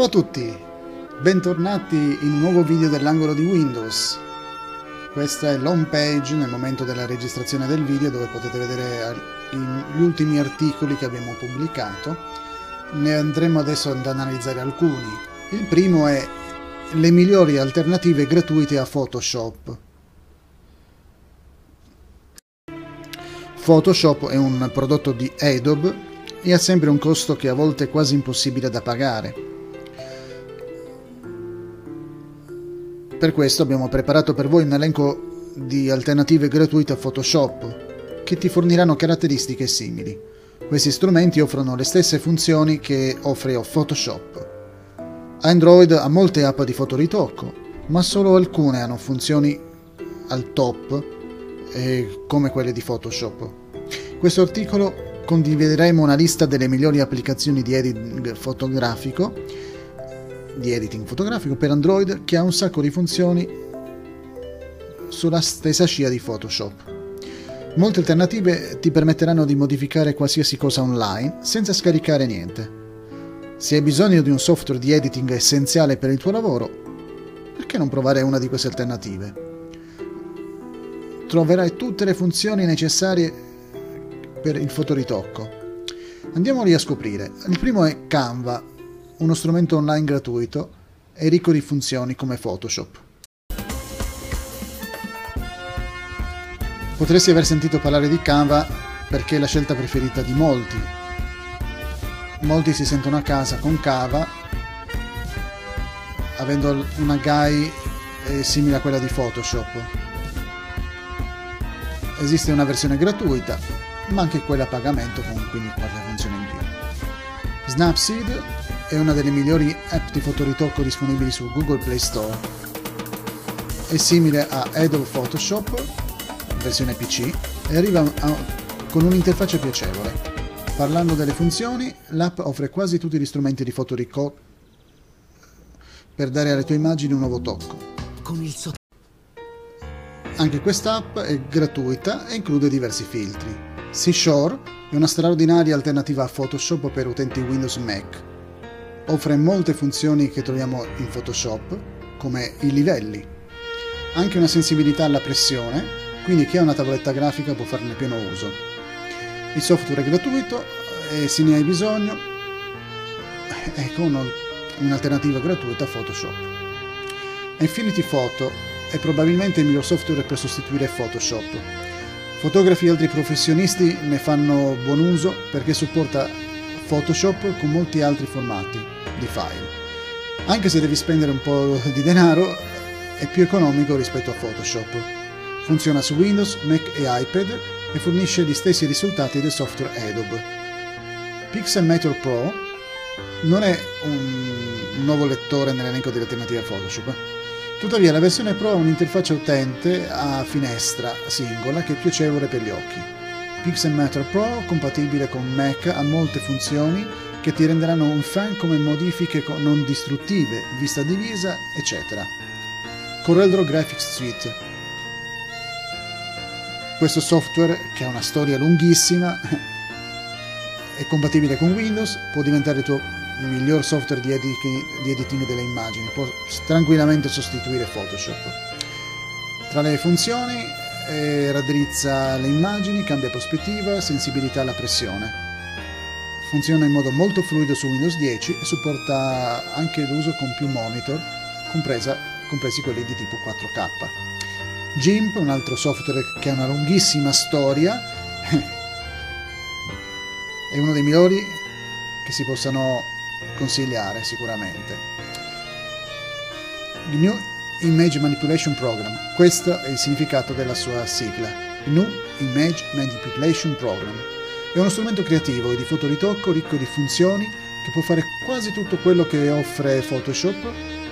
Ciao a tutti, bentornati in un nuovo video dell'angolo di Windows. Questa è l'home page nel momento della registrazione del video, dove potete vedere gli ultimi articoli che abbiamo pubblicato. Ne andremo adesso ad analizzare alcuni. Il primo è le migliori alternative gratuite a Photoshop. Photoshop è un prodotto di Adobe e ha sempre un costo che a volte è quasi impossibile da pagare. Per questo abbiamo preparato per voi un elenco di alternative gratuite a Photoshop che ti forniranno caratteristiche simili. Questi strumenti offrono le stesse funzioni che offre Photoshop. Android ha molte app di fotoritocco, ma solo alcune hanno funzioni al top come quelle di Photoshop. In questo articolo condivideremo una lista delle migliori applicazioni di editing fotografico per Android che ha un sacco di funzioni sulla stessa scia di Photoshop. Molte alternative ti permetteranno di modificare qualsiasi cosa online senza scaricare niente. Se hai bisogno di un software di editing essenziale per il tuo lavoro, perché non provare una di queste alternative? Troverai tutte le funzioni necessarie per il fotoritocco. Andiamoli a scoprire. Il primo è Canva, uno strumento online gratuito e ricco di funzioni come Photoshop. Potresti aver sentito parlare di Canva perché è la scelta preferita di molti. Molti si sentono a casa con Canva, avendo una GUI simile a quella di Photoshop. Esiste una versione gratuita, ma anche quella a pagamento con quindi qualche funzione in più. Snapseed è una delle migliori app di fotoritocco disponibili su Google Play Store. È simile a Adobe Photoshop, versione PC, e arriva con un'interfaccia piacevole. Parlando delle funzioni, l'app offre quasi tutti gli strumenti di fotoritocco per dare alle tue immagini un nuovo tocco. Anche quest'app è gratuita e include diversi filtri. Seashore è una straordinaria alternativa a Photoshop per utenti Windows Mac. Offre molte funzioni che troviamo in Photoshop, come i livelli. Anche una sensibilità alla pressione, quindi chi ha una tavoletta grafica può farne pieno uso. Il software è gratuito e se ne hai bisogno è con un'alternativa gratuita a Photoshop. Infinity Photo è probabilmente il miglior software per sostituire Photoshop. Fotografi e altri professionisti ne fanno buon uso perché supporta Photoshop con molti altri formati di file. Anche se devi spendere un po' di denaro, è più economico rispetto a Photoshop. Funziona su Windows, Mac e iPad e fornisce gli stessi risultati del software Adobe. Pixelmator Pro non è un nuovo lettore nell'elenco delle alternative a Photoshop. Tuttavia la versione Pro ha un'interfaccia utente a finestra singola che è piacevole per gli occhi. Pixelmator Pro, compatibile con Mac, ha molte funzioni che ti renderanno un fan come modifiche non distruttive, vista divisa, eccetera. CorelDRAW Graphics Suite. Questo software, che ha una storia lunghissima, è compatibile con Windows, può diventare il tuo miglior software di editing delle immagini, può tranquillamente sostituire Photoshop. Tra le funzioni raddrizza le immagini, cambia prospettiva, sensibilità alla pressione. Funziona in modo molto fluido su Windows 10 e supporta anche l'uso con più monitor, compresi quelli di tipo 4K. GIMP, un altro software che ha una lunghissima storia, è uno dei migliori che si possano consigliare sicuramente. GNU Image Manipulation Program, questo è il significato della sua sigla, GNU Image Manipulation Program. È uno strumento creativo e di fotoritocco ricco di funzioni che può fare quasi tutto quello che offre Photoshop.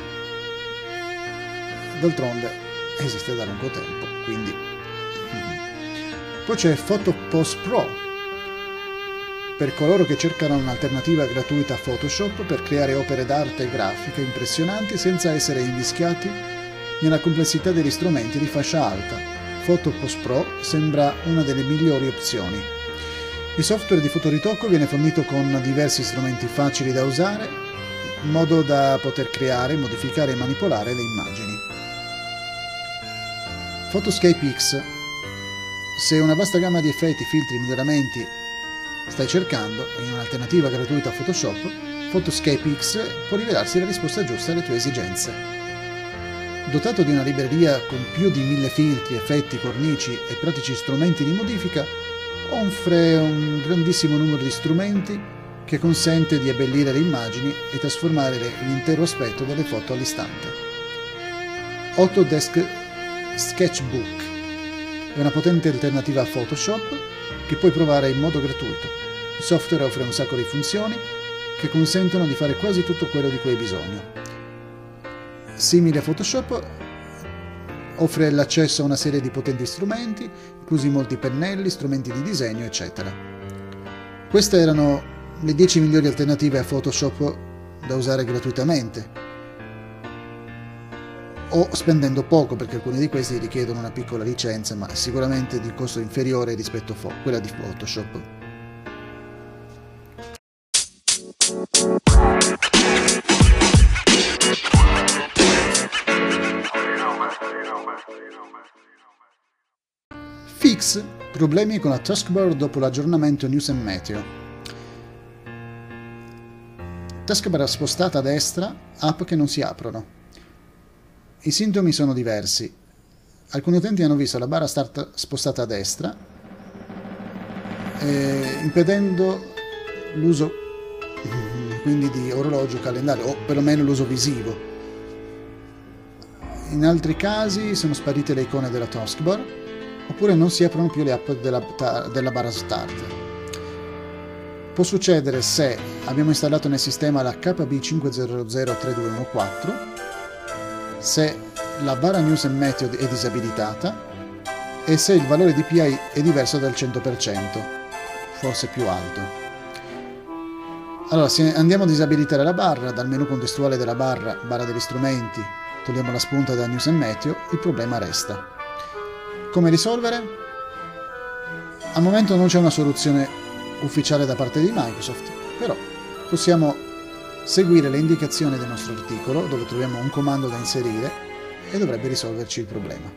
D'altronde esiste da lungo tempo, quindi. Poi c'è PhotoPost Pro, per coloro che cercano un'alternativa gratuita a Photoshop per creare opere d'arte e grafiche impressionanti senza essere invischiati nella complessità degli strumenti di fascia alta. PhotoPost Pro sembra una delle migliori opzioni. Il software di fotoritocco viene fornito con diversi strumenti facili da usare, in modo da poter creare, modificare e manipolare le immagini. Photoscape X, se una vasta gamma di effetti, filtri, miglioramenti stai cercando in un'alternativa gratuita a Photoshop, Photoscape X può rivelarsi la risposta giusta alle tue esigenze. Dotato di una libreria con più di 1000 filtri, effetti, cornici e pratici strumenti di modifica, offre un grandissimo numero di strumenti che consente di abbellire le immagini e trasformare l'intero aspetto delle foto all'istante. Autodesk Sketchbook è una potente alternativa a Photoshop che puoi provare in modo gratuito. Il software offre un sacco di funzioni che consentono di fare quasi tutto quello di cui hai bisogno. Simile a Photoshop, offre l'accesso a una serie di potenti strumenti, inclusi molti pennelli, strumenti di disegno, eccetera. Queste erano le 10 migliori alternative a Photoshop da usare gratuitamente, o spendendo poco, perché alcuni di questi richiedono una piccola licenza, ma sicuramente di costo inferiore rispetto a quella di Photoshop. Fix problemi con la taskbar dopo l'aggiornamento News and Meteo. Taskbar spostata a destra, app che non si aprono. I sintomi sono diversi. Alcuni utenti hanno visto la barra start spostata a destra, impedendo l'uso quindi di orologio, calendario o perlomeno l'uso visivo. In altri casi sono sparite le icone della taskbar, oppure non si aprono più le app della barra start. Può succedere se abbiamo installato nel sistema la KB5003214, se la barra News and Meteo è disabilitata e se il valore DPI è diverso dal 100%, forse più alto. Allora, se andiamo a disabilitare la barra, dal menu contestuale della barra degli strumenti, togliamo la spunta da News and Meteo, il problema resta. Come risolvere? Al momento non c'è una soluzione ufficiale da parte di Microsoft, però possiamo seguire le indicazioni del nostro articolo, dove troviamo un comando da inserire e dovrebbe risolverci il problema.